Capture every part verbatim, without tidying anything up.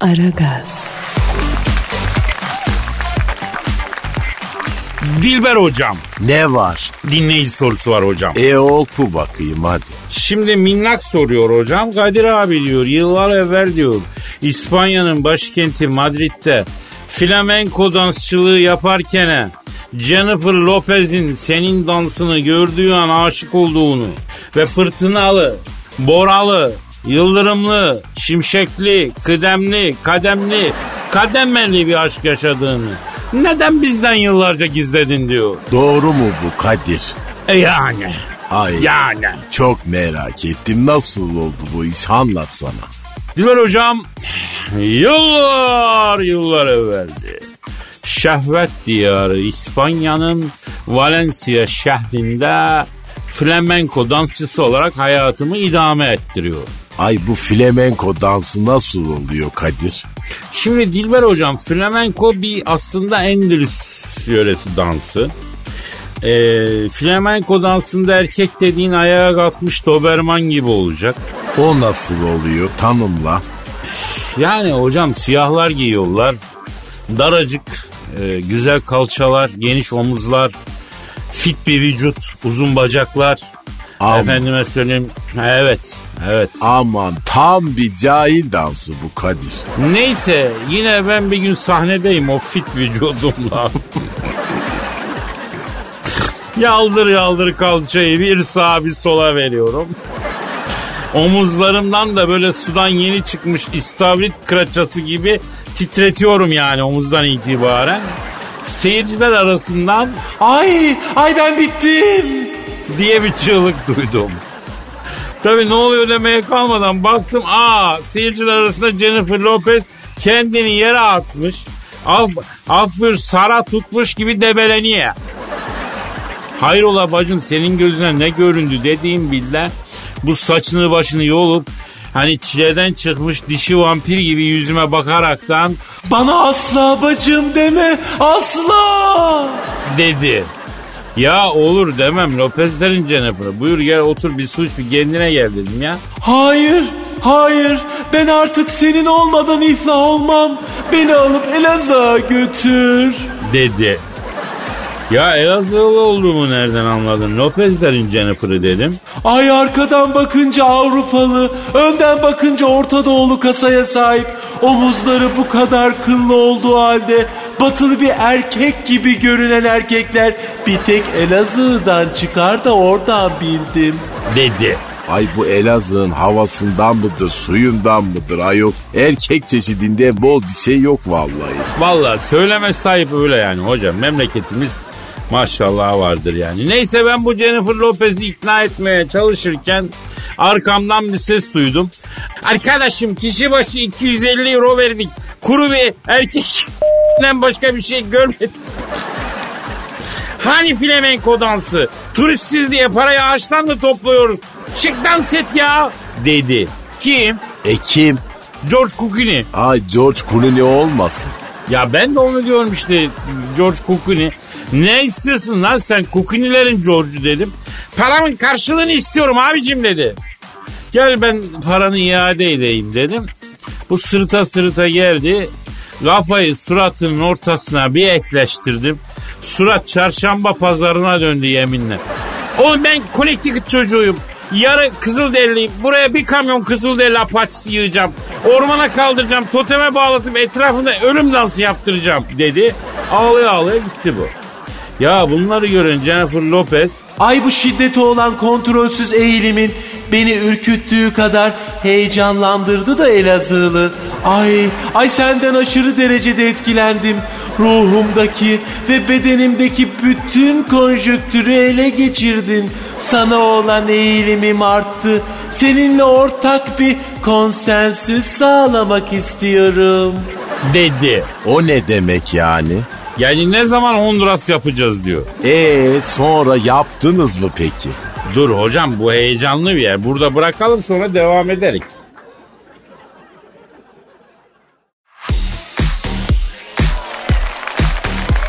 Aragaz. Dilber hocam. Ne var? Dinleyici sorusu var hocam. E oku bakayım hadi. Şimdi Minnak soruyor hocam. Kadir abi diyor, yıllar evvel diyor İspanya'nın başkenti Madrid'de flamenko dansçılığı yaparken Jennifer Lopez'in senin dansını gördüğü an aşık olduğunu ve fırtınalı, boralı, yıldırımlı, şimşekli, kıdemli, kademli, kademeli bir aşk yaşadığını neden bizden yıllarca gizledin diyor. Doğru mu bu Kadir? E yani. Ay, yani. Çok merak ettim. Nasıl oldu bu iş? Anlatsana. Dilber hocam, yıllar yıllar evveldi. Şehvet diyarı İspanya'nın Valencia şehrinde flamenko dansçısı olarak hayatımı idame ettiriyor. Ay bu flamenko dansı nasıl oluyor Kadir? Şimdi Dilber hocam, flamenko bir aslında Endülüs yöresi dansı. Ee, flamenko dansında erkek dediğin ayağa kalkmış Doberman gibi olacak. O nasıl oluyor? Tanımla. Yani hocam siyahlar giyiyorlar. Daracık, e, güzel kalçalar, geniş omuzlar, fit bir vücut, uzun bacaklar. Aman. Efendime söyleyeyim. Evet, evet. Aman tam bir cahil dansı bu Kadir. Neyse yine ben bir gün sahnedeyim o fit vücudumla. Yaldır yaldır kalçayı bir sağa bir sola veriyorum. Omuzlarımdan da böyle sudan yeni çıkmış istavrit kıraçası gibi titretiyorum yani omuzdan itibaren. Seyirciler arasından ay ay ben bittim diye bir çığlık duydum. Tabii ne oluyor demeye kalmadan baktım, aa seyirciler arasında Jennifer Lopez kendini yere atmış. Af, af bir sara tutmuş gibi debeleniyor. Hayrola bacım, senin gözüne ne göründü dediğim billah, bu saçını başını yolup hani çileden çıkmış dişi vampir gibi yüzüme bakaraktan bana asla bacım deme asla dedi. Ya olur demem, Lopez'lerin Jennifer'ı. Buyur gel otur bir su iç, bir kendine gel dedim ya. Hayır, hayır, ben artık senin olmadan iflah olmam. Beni alıp Elazığ'a götür dedi. Ya Elazığlı olduğumu nereden anladın? Lopez'lerin Jennifer'ı dedim. Ay arkadan bakınca Avrupalı, önden bakınca Orta Doğulu kasaya sahip, omuzları bu kadar kıllı olduğu halde batılı bir erkek gibi görünen erkekler bir tek Elazığ'dan çıkar da oradan bildim dedi. Ay bu Elazığ'ın havasından mıdır, suyundan mıdır ayol? Erkek çeşidinde bol bir şey yok vallahi. Vallahi söyleme sahip öyle yani hocam. Memleketimiz maşallah vardır yani. Neyse ben bu Jennifer Lopez'i ikna etmeye çalışırken arkamdan bir ses duydum. Arkadaşım kişi başı iki yüz elli euro verdik. Kuru bir erkekten başka bir şey görmedim. Hani flamenko dansı? Turistiz diye parayı ağaçtan mı topluyoruz? Çık dans et ya dedi. Kim? E kim? George Clooney. Ay George Clooney olmasın. Ya ben de onu diyorum işte, George Clooney. Ne istiyorsun lan sen, Clooney'lerin George'u dedim. Paramın karşılığını istiyorum abicim dedi. Gel ben paranı iade edeyim dedim. Bu sırıta sırıta geldi. Kafayı suratının ortasına bir ekleştirdim. Surat çarşamba pazarına döndü yeminle. Oğlum ben Connecticut çocuğuyum. Yarı Kızılderiliyim. Buraya bir kamyon Kızılderili apaçisi yığacağım. Ormana kaldıracağım. Toteme bağlatıp etrafında ölüm dansı yaptıracağım dedi. Ağlaya ağlaya gitti bu. Ya bunları gören Jennifer Lopez, ay bu şiddeti olan kontrolsüz eğilimin beni ürküttüğü kadar heyecanlandırdı da Elazığlı. Ay, ay senden aşırı derecede etkilendim. Ruhumdaki ve bedenimdeki bütün konjonktürü ele geçirdin. Sana olan eğilimim arttı. Seninle ortak bir konsensüs sağlamak istiyorum dedi. O ne demek yani? Yani ne zaman Honduras yapacağız diyor. Eee sonra yaptınız mı peki? Dur hocam, bu heyecanlı bir yer. Burada bırakalım, sonra devam ederiz.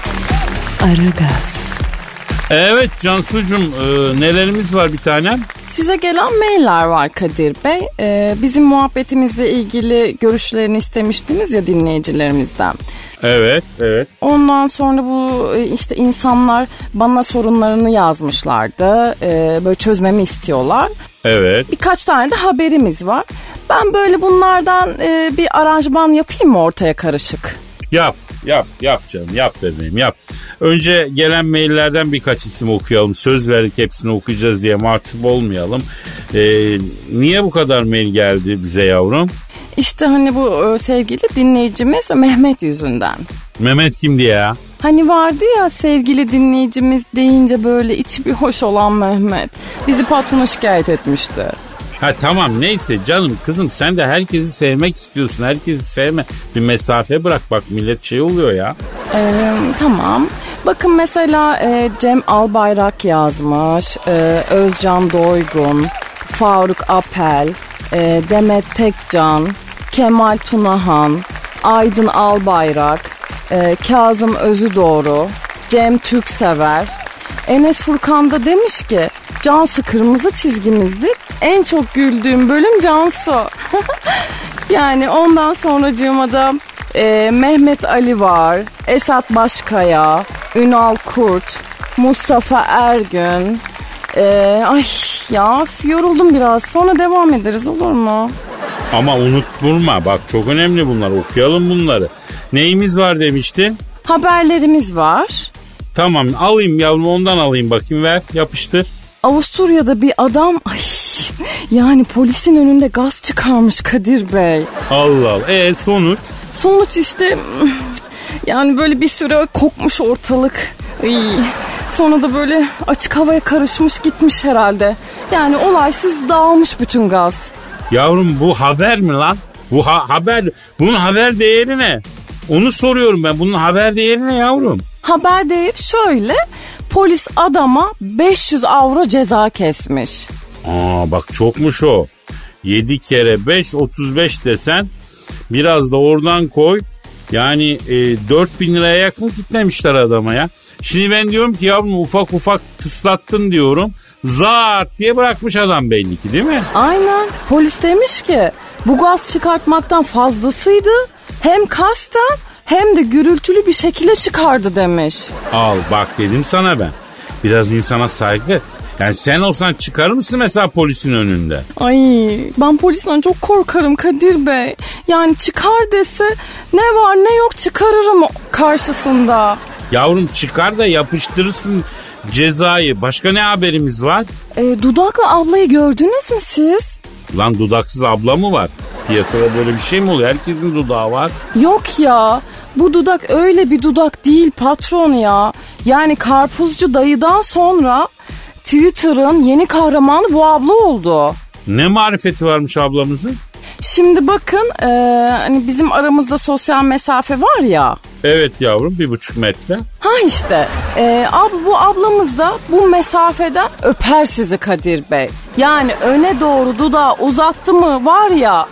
Aragaz. Evet Cansucuğum, e, nelerimiz var bir tanem? Size gelen mailler var Kadir Bey. Ee, bizim muhabbetimizle ilgili görüşlerini istemiştiniz ya dinleyicilerimizden. Evet, evet. Ondan sonra bu işte insanlar bana sorunlarını yazmışlardı. Ee, böyle çözmemi istiyorlar. Evet. Birkaç tane de haberimiz var. Ben böyle bunlardan e, bir aranjman yapayım mı ortaya karışık? Yap, yap, yap canım, yap bebeğim, yap. Önce gelen maillerden birkaç isim okuyalım. Söz verdik hepsini okuyacağız diye mahcup olmayalım. Ee, niye bu kadar mail geldi bize yavrum? İşte hani bu e, sevgili dinleyicimiz Mehmet yüzünden. Mehmet kimdi ya? Hani vardı ya sevgili dinleyicimiz deyince böyle içi bir hoş olan Mehmet. Bizi patrona şikayet etmişti. Ha tamam neyse canım kızım sen de herkesi sevmek istiyorsun. Herkesi sevme. Bir mesafe bırak bak millet şey oluyor ya. Ee, tamam. Bakın mesela e, Cem Albayrak yazmış. E, Özcan Doygun, Faruk Apel, e, Demet Tekcan, Kemal Tunahan, Aydın Albayrak, e, Kazım Özüdoğru, Cem Türksever. Enes Furkan da demiş ki Cansu kırmızı çizgimizdir. En çok güldüğüm bölüm Cansu. Yani ondan sonracığıma da e, Mehmet Ali var, Esat Başkaya, Ünal Kurt, Mustafa Ergün. E, ay ya yoruldum biraz. Sonra devam ederiz olur mu? Ama unutma bak çok önemli bunlar. Okuyalım bunları. Neyimiz var demiştin? Haberlerimiz var. Tamam alayım yavrum ondan alayım bakayım ver yapıştır. Avusturya'da bir adam ay yani polisin önünde gaz çıkarmış Kadir Bey. Allah Allah. E sonuç? Sonuç işte yani böyle bir süre kokmuş ortalık. Ay. Sonra da böyle açık havaya karışmış gitmiş herhalde. Yani olaysız dağılmış bütün gaz. Yavrum bu haber mi lan? Bu ha- haber. Bunun haber değeri ne? Onu soruyorum ben. Bunun haber değeri ne yavrum? Haber değeri şöyle. Polis adama beş yüz avro ceza kesmiş. Aa bak çokmuş o. yedi kere beş otuz beş desen biraz da oradan koy. Yani e, dört bin liraya yakın kitlemişler adama ya. Şimdi ben diyorum ki yavrum ufak ufak tıslattın diyorum. Zart diye bırakmış adam belli ki değil mi? Aynen. Polis demiş ki bu gaz çıkartmaktan fazlasıydı. Hem kasten hem de gürültülü bir şekilde çıkardı demiş. Al bak dedim sana ben. Biraz insana saygı. Yani sen olsan çıkarır mısın mesela polisin önünde? Ay ben polisten çok korkarım Kadir Bey. Yani çıkar dese ne var ne yok çıkarırım karşısında. Yavrum çıkar da yapıştırırsın cezayı. Başka ne haberimiz var? E, Dudaklı ablayı gördünüz mü siz? Lan dudaksız abla mı var? Piyasada böyle bir şey mi oluyor? Herkesin dudağı var. Yok ya. Bu dudak öyle bir dudak değil patron ya. Yani karpuzcu dayıdan sonra Twitter'ın yeni kahramanı bu abla oldu. Ne marifeti varmış ablamızın? Şimdi bakın e, hani bizim aramızda sosyal mesafe var ya. Evet yavrum bir buçuk metre. Ha işte e, ab, bu ablamız da bu mesafeden öper sizi Kadir Bey. Yani öne doğru dudağı uzattı mı var ya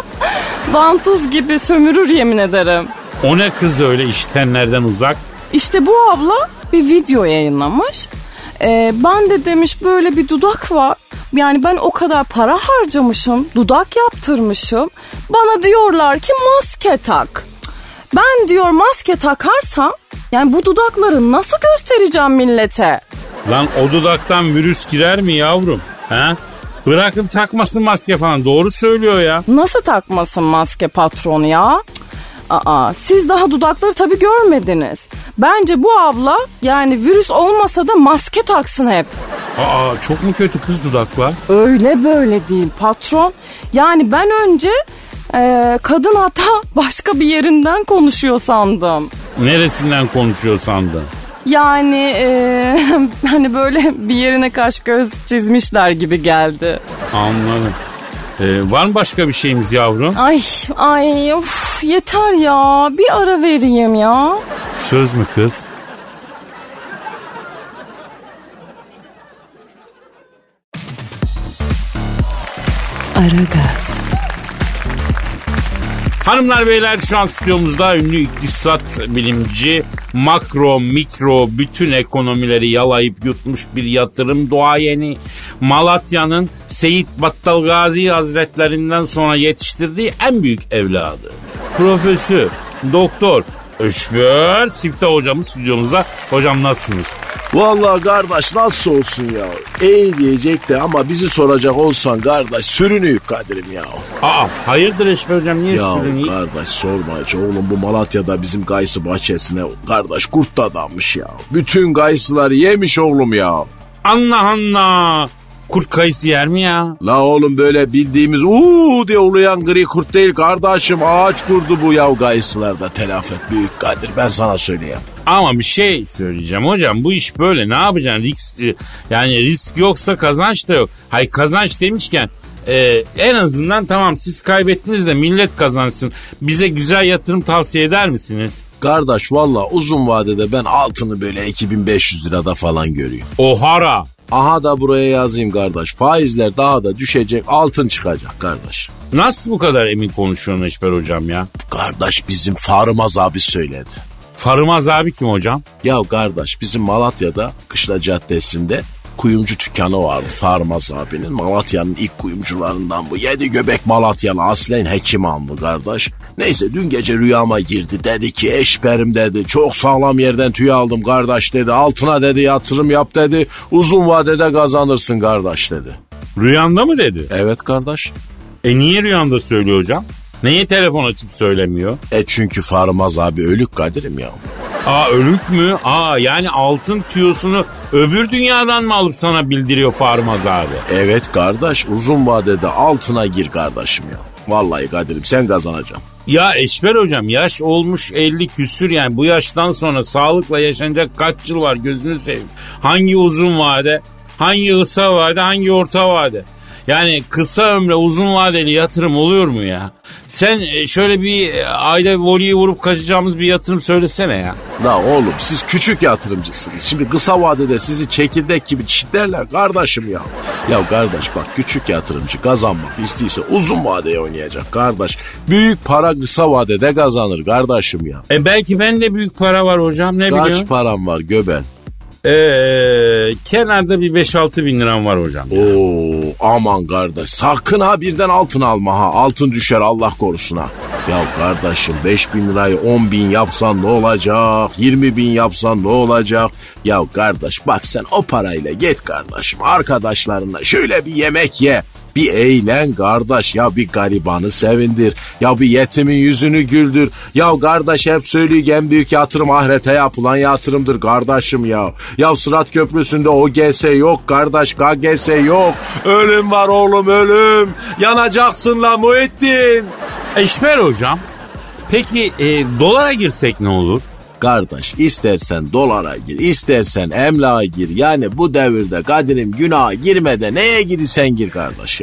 vantuz gibi sömürür yemin ederim. O ne kız öyle iştenlerden uzak? İşte bu abla bir video yayınlamış. Ee, ben de demiş böyle bir dudak var. Yani ben o kadar para harcamışım, dudak yaptırmışım. Bana diyorlar ki maske tak. Ben diyor maske takarsam yani bu dudakları nasıl göstereceğim millete? Lan o dudaktan virüs girer mi yavrum? Ha? Bırakın takmasın maske falan doğru söylüyor ya. Nasıl takmasın maske patronu ya? Aa, siz daha dudakları tabii görmediniz. Bence bu abla yani virüs olmasa da maske taksın hep. Aa çok mu kötü kız dudaklar? Öyle böyle değil patron. Yani ben önce e, kadın hatta başka bir yerinden konuşuyor sandım. Neresinden konuşuyor sandın? Yani e, hani böyle bir yerine kaş göz çizmişler gibi geldi. Anladım. Ee, var mı başka bir şeyimiz yavrum? Ay ay of yeter ya bir ara vereyim ya. Söz mü kız? Aragaz. Hanımlar beyler, şu an stüdyomuzda ünlü iktisat bilimci, makro, mikro bütün ekonomileri yalayıp yutmuş bir yatırım duayeni, Malatya'nın Seyit Battal Gazi Hazretlerinden sonra yetiştirdiği en büyük evladı, Profesör, Doktor Eşber Siftah hocamız stüdyomuzda. Hocam nasılsınız? Vallahi kardeş nasıl olsun ya? İyi diyecek de ama bizi soracak olsan kardeş sürünüyük Kadir'im ya. Aa, hayırdır Eşber hocam, niye ya sürünüyük? Ya kardeş sorma hiç oğlum, bu Malatya'da bizim kayısı bahçesine kardeş kurt dadanmış ya. Bütün kayısıları yemiş oğlum ya. Allah Allah. Kurt kayısı yer mi ya? La oğlum böyle bildiğimiz uuu diye uluyan gri kurt değil kardeşim. Ağaç kurdu bu yav kayısılarda, telafet büyük Kadir, ben sana söyleyeyim. Ama bir şey söyleyeceğim hocam, bu iş böyle, ne yapacaksın? Risk, yani risk yoksa kazanç da yok. Hayır, kazanç demişken e, en azından tamam siz kaybettiniz de millet kazansın. Bize güzel yatırım tavsiye eder misiniz? Kardeş valla uzun vadede ben altını böyle iki bin beş yüz lirada falan görüyorum. Ohara. Aha da buraya yazayım kardeş. Faizler daha da düşecek, altın çıkacak kardeş. Nasıl bu kadar emin konuşuyorsun Eşber hocam ya? Kardeş bizim Farımaz abi söyledi. Farımaz abi kim hocam? Ya kardeş bizim Malatya'da Kışla Caddesi'nde kuyumcu dükkanı vardı Farımaz abinin. Malatya'nın ilk kuyumcularından bu. Yedi göbek Malatyalı, aslen hekim aldı kardeş. Neyse dün gece rüyama girdi. Dedi ki Eşberim dedi, çok sağlam yerden tüy aldım kardeş dedi. Altına dedi yatırım yap dedi. Uzun vadede kazanırsın kardeş dedi. Rüyanda mı dedi? Evet kardeş. E niye rüyanda söylüyor hocam? Niye telefon açıp söylemiyor? E çünkü Farımaz abi ölük Kadir'im ya. Aa, ölük mü? Aa, yani altın tüyosunu öbür dünyadan mı alıp sana bildiriyor Farmaz abi? Evet kardeş, uzun vadede altına gir kardeşim ya. Vallahi Kadir'im sen kazanacaksın. Ya Eşber hocam, yaş olmuş elli küsür, yani bu yaştan sonra sağlıkla yaşanacak kaç yıl var gözünü seveyim. Hangi uzun vade, hangi kısa vade, hangi orta vade? Yani kısa ömre uzun vadeli yatırım oluyor mu ya? Sen şöyle bir ayda voleyi vurup kaçacağımız bir yatırım söylesene ya. La oğlum siz küçük yatırımcısınız. Şimdi kısa vadede sizi çekirdek gibi çitlerler kardeşim ya. Ya kardeş bak, küçük yatırımcı kazanmak istiyse uzun vadeye oynayacak kardeş. Büyük para kısa vadede kazanır kardeşim ya. E belki bende büyük para var hocam, ne biliyorsun? Kaç param var göbel? Eee kenarda bir beş altı bin liram var hocam. Oo, aman kardeş sakın ha birden altın alma ha. Altın düşer Allah korusun ha. Ya kardeşim beş bin lirayı on bin yapsan ne olacak? yirmi bin yapsan ne olacak? Ya kardeş bak sen o parayla git kardeşim arkadaşlarınla şöyle bir yemek ye. Bir eğlen kardeş ya, bir garibanı sevindir. Ya bir yetimin yüzünü güldür. Ya kardeş hep söylüyor en büyük yatırım ahirete yapılan yatırımdır kardeşim ya. Ya Sırat Köprüsü'nde O G S yok kardeş, K G S yok. Ölüm var oğlum ölüm. Yanacaksın la Muhittin. Eşber hocam, peki e, dolara girsek ne olur? Kardeş istersen dolara gir, istersen emlağa gir. Yani bu devirde Kadir'im günaha girmede neye girirsen gir kardeş ya.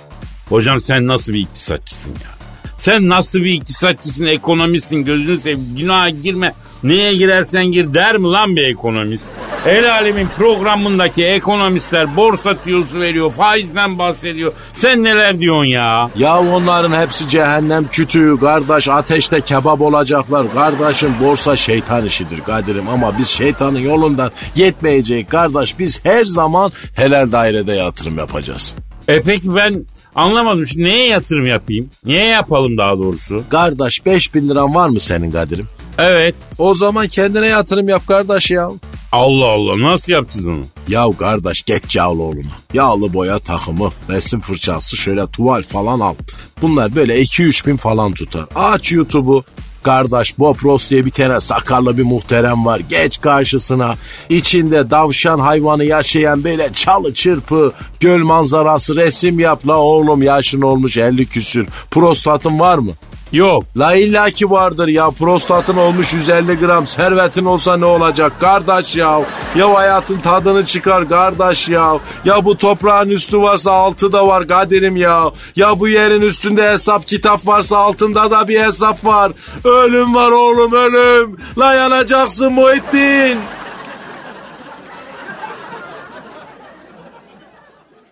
Hocam sen nasıl bir iktisatçısın ya? Sen nasıl bir iktisatçısın, ekonomistsin, gözünü seveyim. Günaha girme, neye girersen gir der mi lan bir ekonomist? El alemin programındaki ekonomistler borsa tüyosu veriyor, faizden bahsediyor. Sen neler diyorsun ya? Ya onların hepsi cehennem kütüğü kardeş, ateşte kebap olacaklar. Kardeşim borsa şeytan işidir Kadir'im ama biz şeytanın yolundan gitmeyeceğiz kardeş. Biz her zaman helal dairede yatırım yapacağız. E peki ben anlamadım, şimdi neye yatırım yapayım? Niye yapalım daha doğrusu? Kardeş beş bin liran var mı senin Kadir'im? Evet. O zaman kendine yatırım yap kardeş ya. Allah Allah, nasıl yapacağız onu? Ya kardeş geç yağlı oğluna. Yağlı boya takımı, resim fırçası, şöyle tuval falan al. Bunlar böyle iki üç bin falan tutar. Aç YouTube'u. Kardeş Bob Ross diye bir tane sakallı bir muhterem var. Geç karşısına. İçinde davşan hayvanı yaşayan böyle çalı çırpı göl manzarası resim yap. La oğlum yaşın olmuş elli küsür. Prostatın var mı? Yok. La illaki vardır ya, prostatın olmuş yüz elli gram, servetin olsa ne olacak kardeş ya. Ya hayatın tadını çıkar kardeş ya. Ya bu toprağın üstü varsa altı da var Kadir'im ya. Ya bu yerin üstünde hesap kitap varsa altında da bir hesap var. Ölüm var oğlum ölüm. La yanacaksın Muhittin.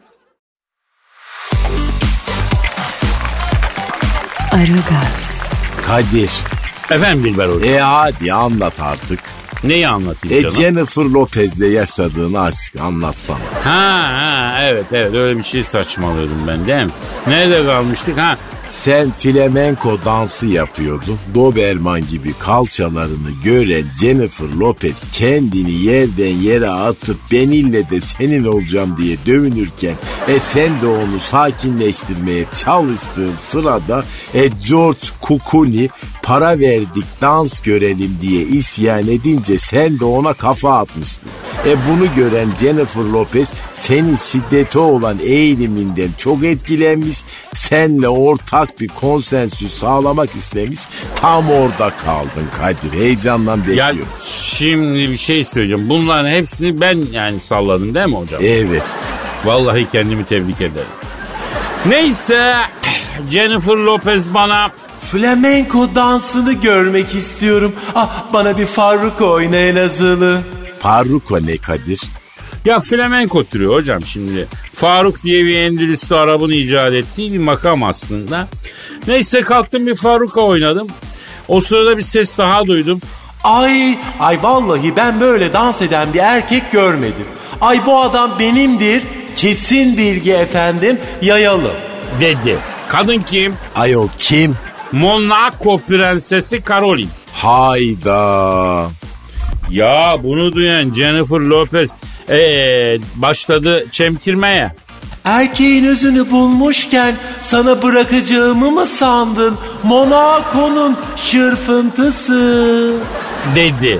Aragaz. Kadir. Efendim Dilber hocam. E hadi anlat artık. Neyi anlatayım e, canım? Jennifer Lopez'le yaşadığını aşk anlatsana. Ha ha evet evet öyle bir şey saçmalıyordum ben değil mi? Nerede kalmıştık ha? Sen flamenko dansı yapıyordun. Doberman gibi kalçalarını gören Jennifer Lopez kendini yerden yere atıp ben ille de senin olacağım diye dövünürken e sen de onu sakinleştirmeye çalıştığın sırada e George Clooney para verdik dans görelim diye isyan edince sen de ona kafa atmıştın. E bunu gören Jennifer Lopez senin şiddete olan eğiliminden çok etkilenmiş. Senle ortak bir konsensüs sağlamak istemiş. Tam orada kaldın Kadir. Heyecandan bekliyorum. Ya şimdi bir şey söyleyeceğim. Bunların hepsini ben yani salladım değil mi hocam? Evet. Vallahi kendimi tebrik ederim. Neyse Jennifer Lopez bana flamenko dansını görmek istiyorum. Ah bana bir Farruko oyna Elazığlı. Farruko ne Kadir? Ya flamenko türü hocam şimdi. Faruk diye bir Endülüslü Arap'ın icat ettiği bir makam aslında. Neyse kalktım bir Farruko oynadım. O sırada bir ses daha duydum. Ay, ay vallahi ben böyle dans eden bir erkek görmedim. Ay bu adam benimdir. Kesin bilgi efendim, yayalım. Dedi. Kadın kim? Ayol kim? Monaco Prensesi Caroline. Hayda. Ya bunu duyan Jennifer Lopez ee, başladı çemkirmeye. Erkeğin özünü bulmuşken sana bırakacağımı mı sandın? Monaco'nun şırfıntısı. Dedi.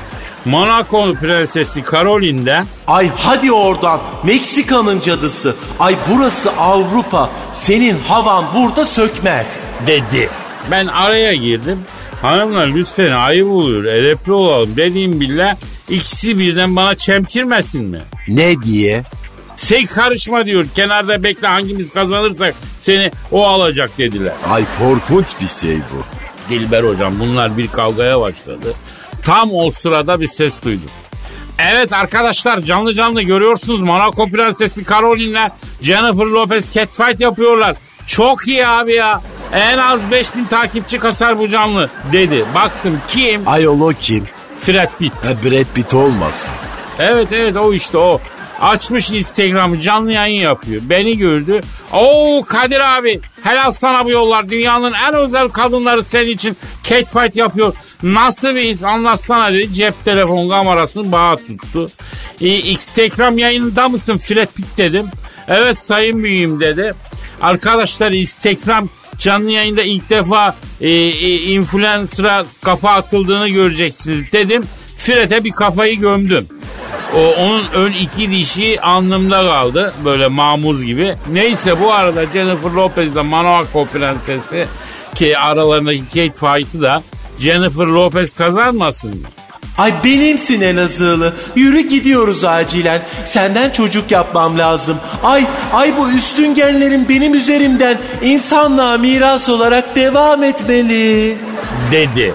Monaco Prensesi Caroline'den. Ay hadi oradan Meksika'nın cadısı. Ay burası Avrupa. Senin havan burada sökmez. Dedi. Ben araya girdim. Hanımlar lütfen ayıp oluyor. Edepli olalım dediğim bile ikisi birden bana çemkirmesin mi? Ne diye? Sen karışma diyor. Kenarda bekle hangimiz kazanırsak seni o alacak dediler. Ay korkunç bir şey bu. Dilber hocam bunlar bir kavgaya başladı. Tam o sırada bir ses duydum. Evet arkadaşlar canlı canlı görüyorsunuz Monaco Prensesi Caroline'le Jennifer Lopez catfight yapıyorlar. Çok iyi abi ya. En az beş bin takipçi kasar bu canlı dedi. Baktım kim? Ayol o kim? Brad Pitt. Ha, Brad Pitt olmasın. Evet evet o işte o. Açmış Instagram'ı canlı yayın yapıyor. Beni gördü. Oo Kadir abi helal sana bu yollar. Dünyanın en özel kadınları senin için catfight yapıyor. Nasıl bir his anlatsana dedi. Cep telefon kamerasını bağa tuttu. E, Instagram yayınında mısın Brad Pitt dedim. Evet sayın büyüğüm dedi. Arkadaşlar Instagram canlı yayında ilk defa e, e, influencer'a kafa atıldığını göreceksiniz dedim. Fred'e bir kafayı gömdüm. O, onun ön iki dişi alnımda kaldı. Böyle mamuz gibi. Neyse bu arada Jennifer Lopez ile Monaco Prensesi ki aralarındaki catfight'ı da Jennifer Lopez kazanmasın mı? Ay benimsin Elazığlı. Yürü gidiyoruz acilen. Senden çocuk yapmam lazım. Ay ay bu üstün genlerim benim üzerimden insanlığa miras olarak devam etmeli. Dedi.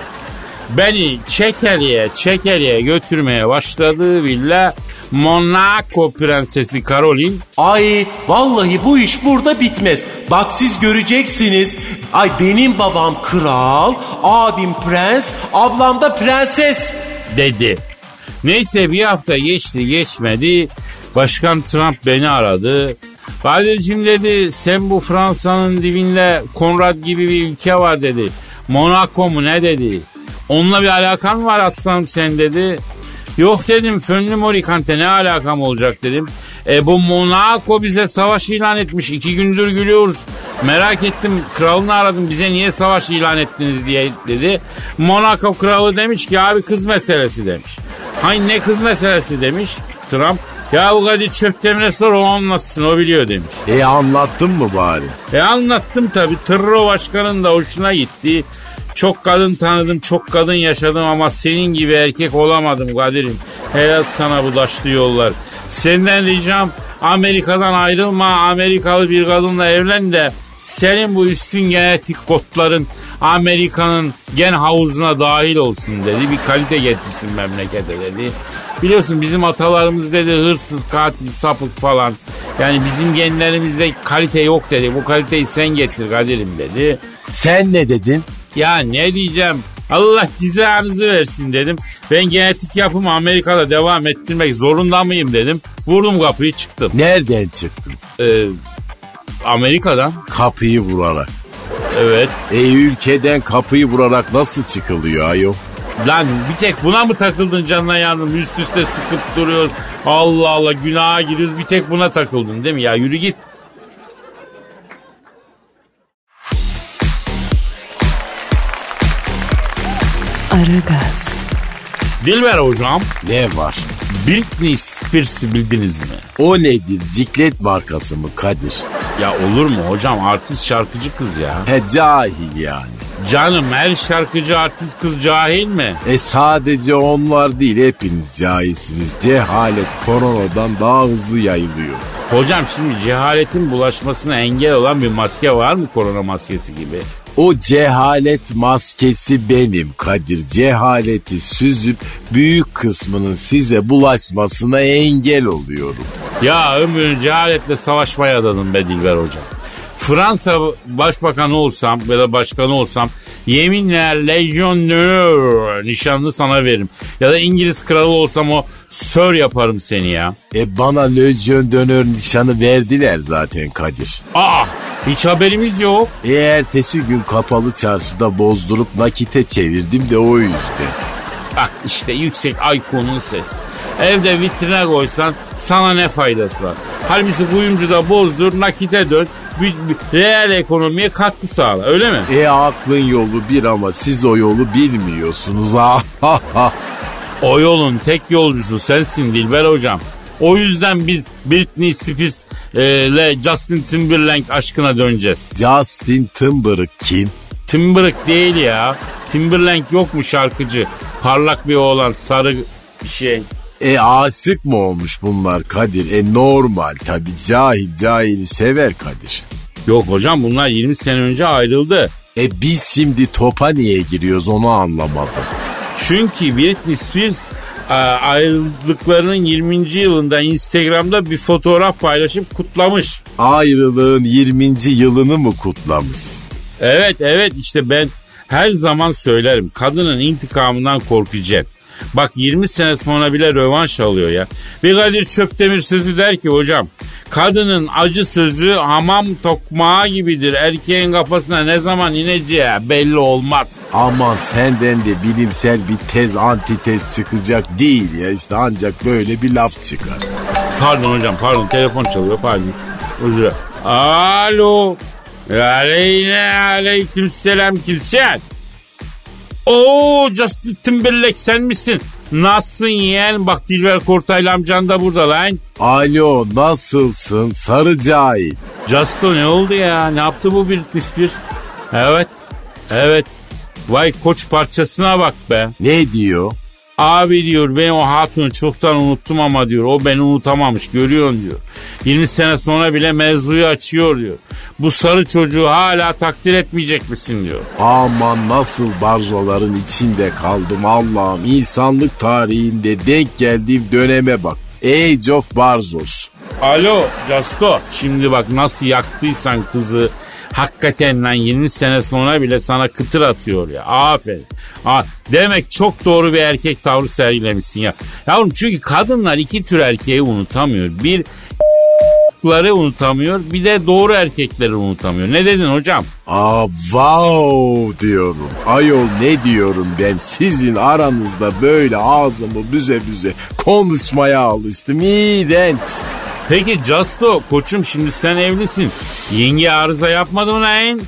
Beni çekeliğe çekeliğe götürmeye başladığı bile Monaco Prensesi Caroline. Ay vallahi bu iş burada bitmez. Bak siz göreceksiniz. Ay benim babam kral, abim prens, ablam da prenses. Dedi. Neyse bir hafta geçti geçmedi. Başkan Trump beni aradı. Kadir'cim dedi sen bu Fransa'nın dibinde Konrad gibi bir ülke var dedi. Monaco mu ne dedi. Onunla bir alakan var aslanım sen dedi. Yok dedim Fönlü Morikante ne alakam olacak dedim. E bu Monaco bize savaş ilan etmiş. İki gündür gülüyoruz. Merak ettim kralını aradım bize niye savaş ilan ettiniz diye dedi. Monaco kralı demiş ki abi kız meselesi demiş. Hani ne kız meselesi demiş Trump. Ya bu Kadir Çöptemir'e sor o anlatsın o biliyor demiş. E anlattın mı bari? E anlattım tabii. Tırro başkanın da hoşuna gitti. Çok kadın tanıdım, çok kadın yaşadım ama senin gibi erkek olamadım Kadir'im. Helal sana bu taşlı yollar. Senden ricam Amerika'dan ayrılma, Amerikalı bir kadınla evlen de senin bu üstün genetik kodların Amerika'nın gen havuzuna dahil olsun dedi. Bir kalite getirsin memlekete dedi. Biliyorsun bizim atalarımız dedi hırsız, katil, sapık falan. Yani bizim genlerimizde kalite yok dedi. Bu kaliteyi sen getir Kadir'im dedi. Sen ne dedin? Ya ne diyeceğim? Allah cezanızı versin dedim. Ben genetik yapımı Amerika'da devam ettirmek zorunda mıyım dedim. Vurdum kapıyı çıktım. Nereden çıktın? Ee, Amerika'dan. Kapıyı vurarak. Evet. E ülkeden kapıyı vurarak nasıl çıkılıyor ayol? Lan bir tek buna mı takıldın canına yandım? Üst üste sıkıp duruyor. Allah Allah günaha giriyoruz. Bir tek buna takıldın değil mi? Ya yürü git. Aragaz. Dilber hocam. Ne var? Britney Spears'ı bildiniz mi? O nedir? Ciklet markası mı Kadir? Ya olur mu hocam? Artist şarkıcı kız ya. He cahil yani. Canım her şarkıcı artist kız cahil mi? E sadece onlar değil hepiniz cahilsiniz. Cehalet koronadan daha hızlı yayılıyor. Hocam şimdi cehaletin bulaşmasına engel olan bir maske var mı korona maskesi gibi? O cehalet maskesi benim Kadir. Cehaleti süzüp büyük kısmının size bulaşmasına engel oluyorum. Ya ömrünü cehaletle savaşmaya adadım be Dilber hocam. Fransa başbakanı olsam ya da başkanı olsam yeminle Legion d'Honneur nişanını sana veririm. Ya da İngiliz kralı olsam o sir yaparım seni ya. E bana Legion d'Honneur nişanı verdiler zaten Kadir. Aa hiç haberimiz yok. E ertesi gün kapalı çarşıda bozdurup nakite çevirdim de o yüzden. Bak işte yüksek I Q'nun sesi. Evde vitrine koysan sana ne faydası var? Halbuki kuyumcuda bozdur, nakite dön, bir, bir, reel ekonomiye katkı sağla, öyle mi? E aklın yolu bir ama siz o yolu bilmiyorsunuz. O yolun tek yolcusu sensin Dilber hocam. O yüzden biz Britney Spears ile Justin Timberlake aşkına döneceğiz. Justin Timberlake kim? Timberlake değil ya. Timberlake yok mu şarkıcı? Parlak bir oğlan, sarı bir şey. E aşık mı olmuş bunlar Kadir? E normal tabii, cahil cahili sever Kadir. Yok hocam bunlar yirmi sene önce ayrıldı. E biz şimdi topa niye giriyoruz onu anlamadım. Çünkü Britney Spears ayrıldıklarının yirminci yılında Instagram'da bir fotoğraf paylaşıp kutlamış. Ayrılığın yirminci yılını mı kutlamış? Evet evet işte ben her zaman söylerim kadının intikamından korkacak. Bak yirmi sene sonra bile rövanş alıyor ya. Bir Kadir Çöptemir sözü der ki hocam, kadının acı sözü hamam tokmağı gibidir. Erkeğin kafasına ne zaman ineceği belli olmaz. Aman senden de bilimsel bir tez antitez çıkacak değil ya, işte ancak böyle bir laf çıkar. Pardon hocam pardon, telefon çalıyor pardon. Hocam. Alo. Aleyne aleyküm selam, kimsen? Oo Justin Timberlake sen misin? Nasılsın yeğen? Bak Dilber Kortaylı amcan da burada lan. Alo nasılsın sarı cahil? Justo ne oldu ya? Ne yaptı bu Britney Spears? Evet. Evet. Vay koç parçasına bak be. Ne diyor? Abi diyor ben o hatunu çoktan unuttum ama diyor o beni unutamamış görüyorsun diyor. yirmi sene sonra bile mevzuyu açıyor diyor. Bu sarı çocuğu hala takdir etmeyecek misin diyor. Aman nasıl barzoların içinde kaldım Allah'ım. İnsanlık tarihinde denk geldiğim döneme bak. Age of Barzos. Alo Justo, şimdi bak nasıl yaktıysan kızı. Hakikaten lan yirmi sene sonra bile sana kıtır atıyor ya. Aferin. Ha, demek çok doğru bir erkek tavrı sergilemişsin ya. Yavrum çünkü kadınlar iki tür erkeği unutamıyor. Bir ları unutamıyor, bir de doğru erkekleri unutamıyor. Ne dedin hocam? Aa wow diyorum. Ayol ne diyorum ben, sizin aranızda böyle ağzımı büze büze konuşmaya alıştım. İğrenç. Peki Justo koçum şimdi sen evlisin. Yenge arıza yapmadı mı lan?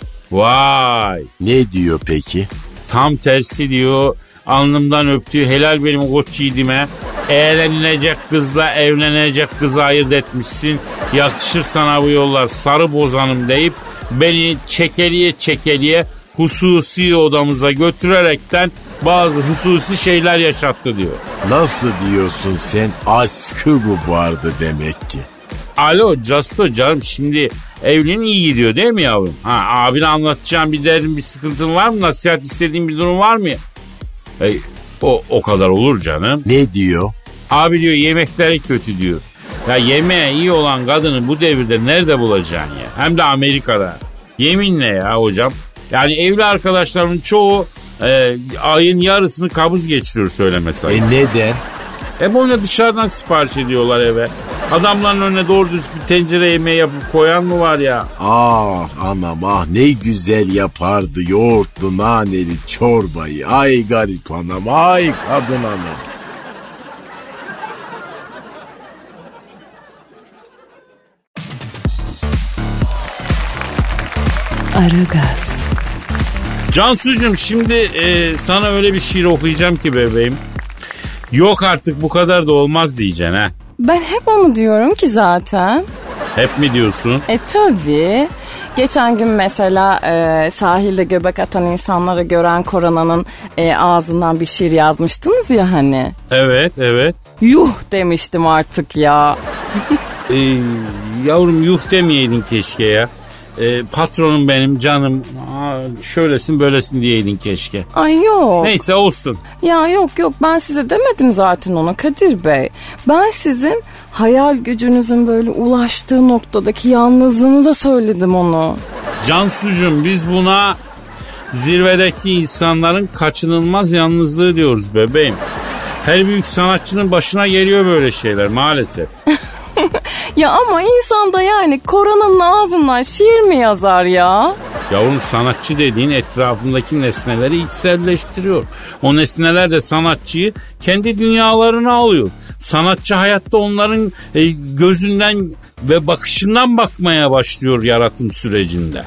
Vay. Ne diyor peki? Tam tersi diyor. Alnımdan öptüğü helal benim koç yiğidime. Eğlenilecek kızla evlenecek kızı ayırt etmişsin. Yakışır sana bu yollar sarı bozanım deyip beni çekeliye çekeliye hususi odamıza götürerekten bazı hususi şeyler yaşattı diyor. Nasıl diyorsun sen? Aşkı bu vardı demek ki. Alo Justo canım, şimdi evliliğin iyi gidiyor değil mi yavrum? Ha, abine anlatacağım bir derdin bir sıkıntın var mı? Nasihat istediğin bir durum var mı? E, o, o kadar olur canım. Ne diyor? Abi diyor yemekleri kötü diyor. Ya yemeğe iyi olan kadını bu devirde nerede bulacaksın ya? Hem de Amerika'da. Yeminle ya hocam. Yani evli arkadaşlarımın çoğu e, ayın yarısını kabız geçiriyor söylemesi. E neden? E boyuna dışarıdan sipariş ediyorlar eve. Adamların önüne doğru düz bir tencere yemeği yapıp koyan mı var ya? Ah anam ah ne güzel yapardı yoğurtlu naneli çorbayı. Ay garip anam ay kadın anam. Aragaz. Cansucuğum şimdi e, sana öyle bir şiir okuyacağım ki bebeğim. Yok artık bu kadar da olmaz diyeceksin ha. Ben hep onu diyorum ki zaten. Hep mi diyorsun? E tabii. Geçen gün mesela e, sahilde göbek atan insanları gören Korona'nın e, ağzından bir şiir yazmıştınız ya hani. Evet evet. Yuh demiştim artık ya. e, yavrum yuh demeyeydin keşke ya. E, patronum benim canım aa, şöylesin böylesin diyeydin keşke. Ay yok. Neyse olsun. Ya yok yok ben size demedim zaten onu Kadir Bey. Ben sizin hayal gücünüzün böyle ulaştığı noktadaki yalnızlığınıza söyledim onu. Cansucuğum biz buna zirvedeki insanların kaçınılmaz yalnızlığı diyoruz bebeğim. Her büyük sanatçının başına geliyor böyle şeyler maalesef. Ya ama insan da yani Korona'nın ağzından şiir mi yazar ya? Yavrum sanatçı dediğin etrafındaki nesneleri içselleştiriyor. O nesneler de sanatçıyı kendi dünyalarına alıyor. Sanatçı hayatta onların e, gözünden ve bakışından bakmaya başlıyor yaratım sürecinde.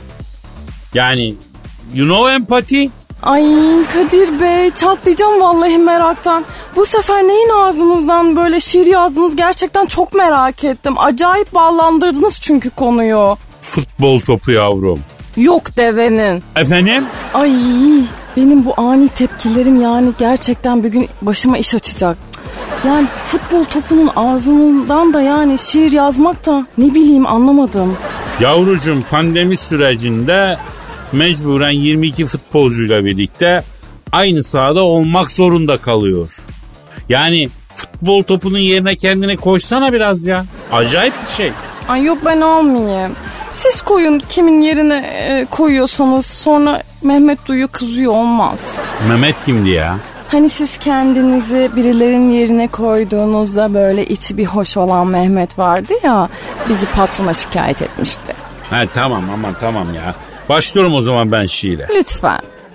Yani you know empati? Ay Kadir Bey çatlayacağım vallahi meraktan. Bu sefer neyin ağzınızdan böyle şiir yazdınız gerçekten çok merak ettim. Acayip bağlandırdınız çünkü konuyu. Futbol topu yavrum. Yok devenin. Efendim? Ay benim bu ani tepkilerim yani gerçekten bir gün başıma iş açacak. Yani futbol topunun ağzından da yani şiir yazmak da ne bileyim anlamadım. Yavrucuğum pandemi sürecinde mecburen yirmi iki futbolcuyla birlikte aynı sahada olmak zorunda kalıyor. Yani futbol topunun yerine kendine koysana biraz ya. Acayip bir şey. Ay yok ben almayayım. Siz koyun kimin yerine e, koyuyorsanız sonra Mehmet duyuyor kızıyor olmaz. Mehmet kimdi ya? Hani siz kendinizi birilerinin yerine koyduğunuzda böyle içi bir hoş olan Mehmet vardı ya bizi patrona şikayet etmişti. Ha tamam aman tamam ya. Başlıyorum o zaman ben şiire. Lütfen.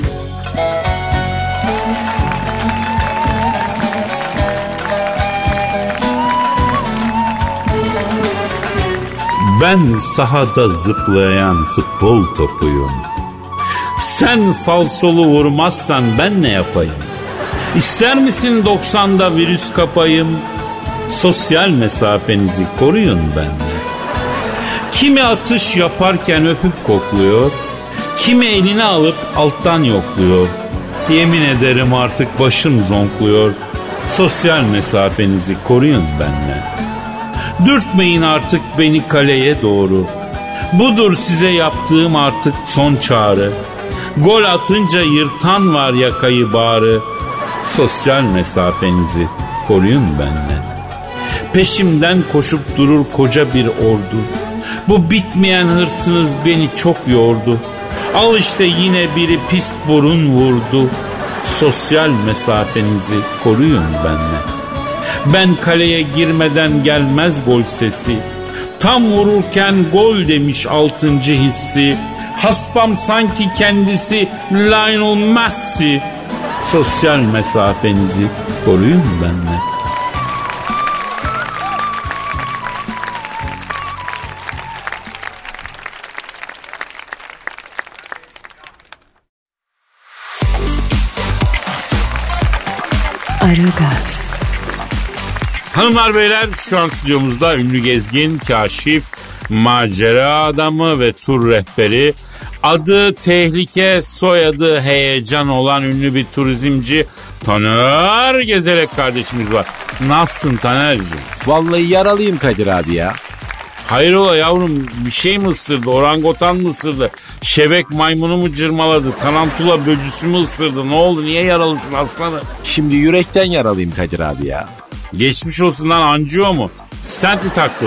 Ben sahada zıplayan futbol topuyum. Sen falsolu vurmazsan ben ne yapayım? İster misin doksanda virüs kapayım? Sosyal mesafenizi koruyun benimle. Kimi atış yaparken öpüp kokluyor, kimi eline alıp alttan yokluyor. Yemin ederim artık başım zonkluyor. Sosyal mesafenizi koruyun benimle. Dürtmeyin artık beni kaleye doğru. Budur size yaptığım artık son çağrı. Gol atınca yırtan var yakayı bağrı. Sosyal mesafenizi koruyun benimle. Peşimden koşup durur koca bir ordu. Bu bitmeyen hırsınız beni çok yordu. Al işte yine biri pis burun vurdu. Sosyal mesafenizi koruyun benimle. Ben kaleye girmeden gelmez gol sesi. Tam vururken gol demiş altıncı hissi. Hasbam sanki kendisi Lionel Messi. Sosyal mesafenizi koruyun benimle. Aragaz. Hanımlar beyler şu an stüdyomuzda ünlü gezgin, kaşif, macera adamı ve tur rehberi, adı tehlike, soyadı heyecan olan ünlü bir turizmci Taner Gezelek kardeşimiz var. Nasılsın Taner'cim? Vallahi yaralıyım Kadir abi ya. Hayrola yavrum, bir şey mi ısırdı? Orangutan mı ısırdı? Şebek maymunu mu cırmaladı? Tarantula böcüsü mü ısırdı? Ne oldu? Niye yaralısın aslanım? Şimdi yürekten yaralıyım Kadir abi ya. Geçmiş olsun lan, anjiyo mu? Stent mi taktılar?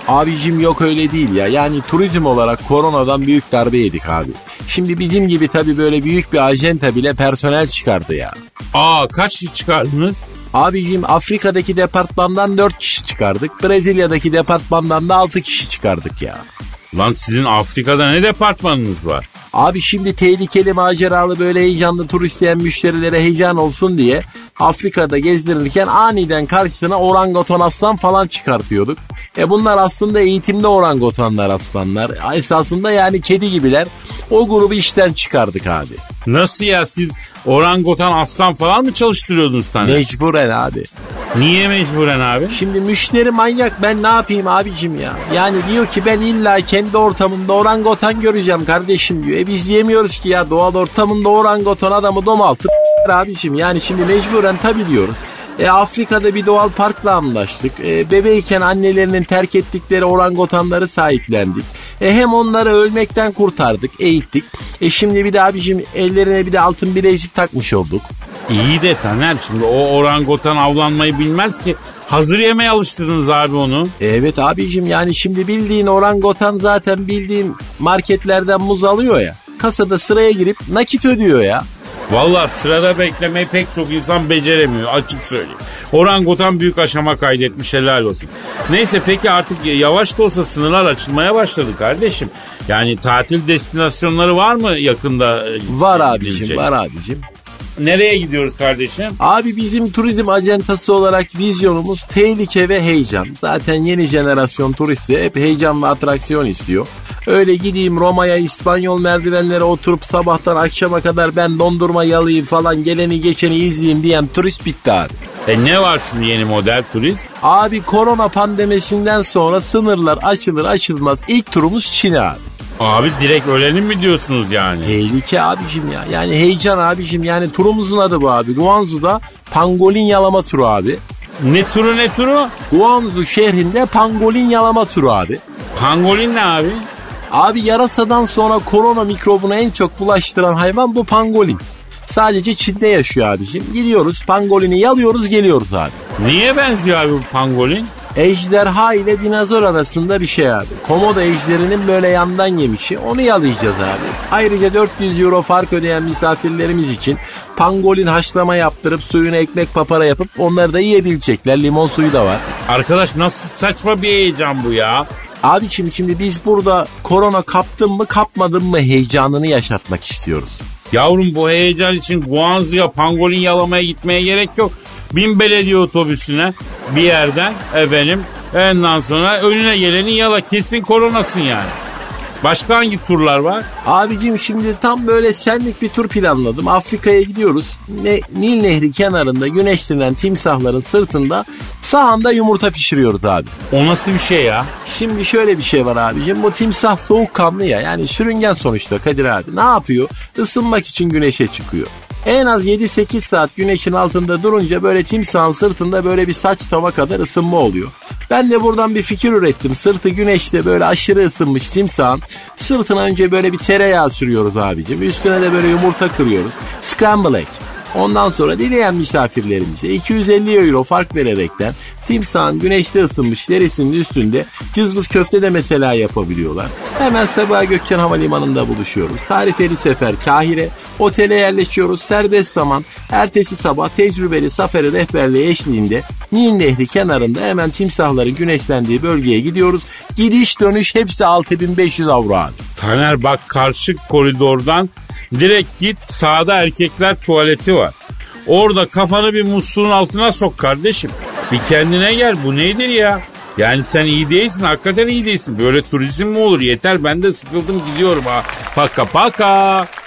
Abicim yok öyle değil ya. Yani turizm olarak koronadan büyük darbe yedik abi. Şimdi bizim gibi tabii böyle büyük bir ajanta bile personel çıkardı ya. Aa kaç kişi çıkardınız? Abicim Afrika'daki departmandan dört kişi çıkardık. Brezilya'daki departmandan da altı kişi çıkardık ya. Lan sizin Afrika'da ne departmanınız var? Abi şimdi tehlikeli, maceralı, böyle heyecanlı tur isteyen müşterilere heyecan olsun diye Afrika'da gezdirirken aniden karşısına orangutan aslan falan çıkartıyorduk. E bunlar aslında eğitimde orangutanlar, aslanlar. Esasında yani kedi gibiler. O grubu işten çıkardık abi. Nasıl ya, siz orangutan aslan falan mı çalıştırıyordunuz tane? Mecburen abi. Niye mecburen abi? Şimdi müşteri manyak, ben ne yapayım abicim ya? Yani diyor ki ben illa kendi ortamımda orangutan göreceğim kardeşim diyor. E biz yemiyoruz ki ya, doğal ortamında orangutan adamı domaltıp abicim. Yani şimdi mecburen tabii diyoruz. E, Afrika'da bir doğal parkla anlaştık. E, bebeyken annelerinin terk ettikleri orangutanları sahiplendik. E, hem onları ölmekten kurtardık, eğittik. E şimdi bir de abicim ellerine bir de altın bilezik takmış olduk. İyi de Taner, şimdi o orangutan avlanmayı bilmez ki. Hazır yemeğe alıştırdınız abi onu. Evet abicim, yani şimdi bildiğin orangutan zaten bildiğin marketlerden muz alıyor ya. Kasada sıraya girip nakit ödüyor ya. Vallahi sırada beklemeyi pek çok insan beceremiyor, açık söyleyeyim. Orangutan büyük aşama kaydetmiş, helal olsun. Neyse, peki artık yavaş da olsa sınırlar açılmaya başladı kardeşim. Yani tatil destinasyonları var mı yakında? Var abicim, var abicim. Nereye gidiyoruz kardeşim? Abi bizim turizm acentası olarak vizyonumuz tehlike ve heyecan. Zaten yeni jenerasyon turisti hep heyecan ve atraksiyon istiyor. Öyle gideyim Roma'ya, İspanyol merdivenlere oturup sabahtan akşama kadar ben dondurma yalayayım falan, geleni geçeni izleyeyim diyen turist bitti abi. E ne var şimdi yeni model turist? Abi korona pandemisinden sonra sınırlar açılır açılmaz ilk turumuz Çin'e abi. Abi direkt ölelim mi diyorsunuz yani? Tehlike abicim ya. Yani heyecan abicim. Yani turumuzun adı bu abi. Guangzhou'da pangolin yalama turu abi. Ne turu ne turu? Guangzhou şehrinde pangolin yalama turu abi. Pangolin ne abi? Abi yarasadan sonra korona mikrobunu en çok bulaştıran hayvan bu pangolin. Sadece Çin'de yaşıyor abicim. Gidiyoruz pangolini yalıyoruz, geliyoruz abi. Niye benziyor abi bu pangolin? Ejderha ile dinozor arasında bir şey abi. Komodo ejderinin böyle yandan yemişi, onu yalayacağız abi. Ayrıca dört yüz euro fark ödeyen misafirlerimiz için pangolin haşlama yaptırıp suyuna ekmek papara yapıp onları da yiyebilecekler. Limon suyu da var. Arkadaş nasıl saçma bir heyecan bu ya? Abi şimdi, şimdi biz burada korona kaptın mı kapmadın mı heyecanını yaşatmak istiyoruz. Yavrum bu heyecan için Guangzhou'ya pangolin yalamaya gitmeye gerek yok. Bin belediye otobüsüne bir yerden efendim, ondan sonra önüne geleni yala, kesin koronasın yani. Başka hangi turlar var? Abicim şimdi tam böyle senlik bir tur planladım. Afrika'ya gidiyoruz. Ne, Nil Nehri kenarında güneşlenen timsahların sırtında sahanda yumurta pişiriyoruz abi. O nasıl bir şey ya? Şimdi şöyle bir şey var abicim. Bu timsah soğukkanlı ya. Yani sürüngen sonuçta Kadir abi. Ne yapıyor? Isınmak için güneşe çıkıyor. En az yedi sekiz saat güneşin altında durunca böyle timsahın sırtında böyle bir saç tava kadar ısınma oluyor. Ben de buradan bir fikir ürettim. Sırtı güneşte böyle aşırı ısınmış timsahın sırtına önce böyle bir tereyağı sürüyoruz abicim. Üstüne de böyle yumurta kırıyoruz. Scramble egg. Ondan sonra dileyen misafirlerimize iki yüz elli euro fark vererekten timsahın güneşte ısınmış derisinin üstünde cızbız köfte de mesela yapabiliyorlar. Hemen Sabiha Gökçen Havalimanı'nda buluşuyoruz. Tarifeli sefer Kahire. Otele yerleşiyoruz. Serbest zaman. Ertesi sabah tecrübeli safari rehberliği eşliğinde Nil Nehri kenarında hemen timsahların güneşlendiği bölgeye gidiyoruz. Gidiş dönüş hepsi altı bin beş yüz avro abi. Taner bak, karşı koridordan direkt git, sağda erkekler tuvaleti var. Orada kafanı bir musluğun altına sok kardeşim. Bir kendine gel, bu nedir ya? Yani sen iyi değilsin, hakikaten iyi değilsin. Böyle turizm mi olur? Yeter, ben de sıkıldım, gidiyorum ha. Paka paka.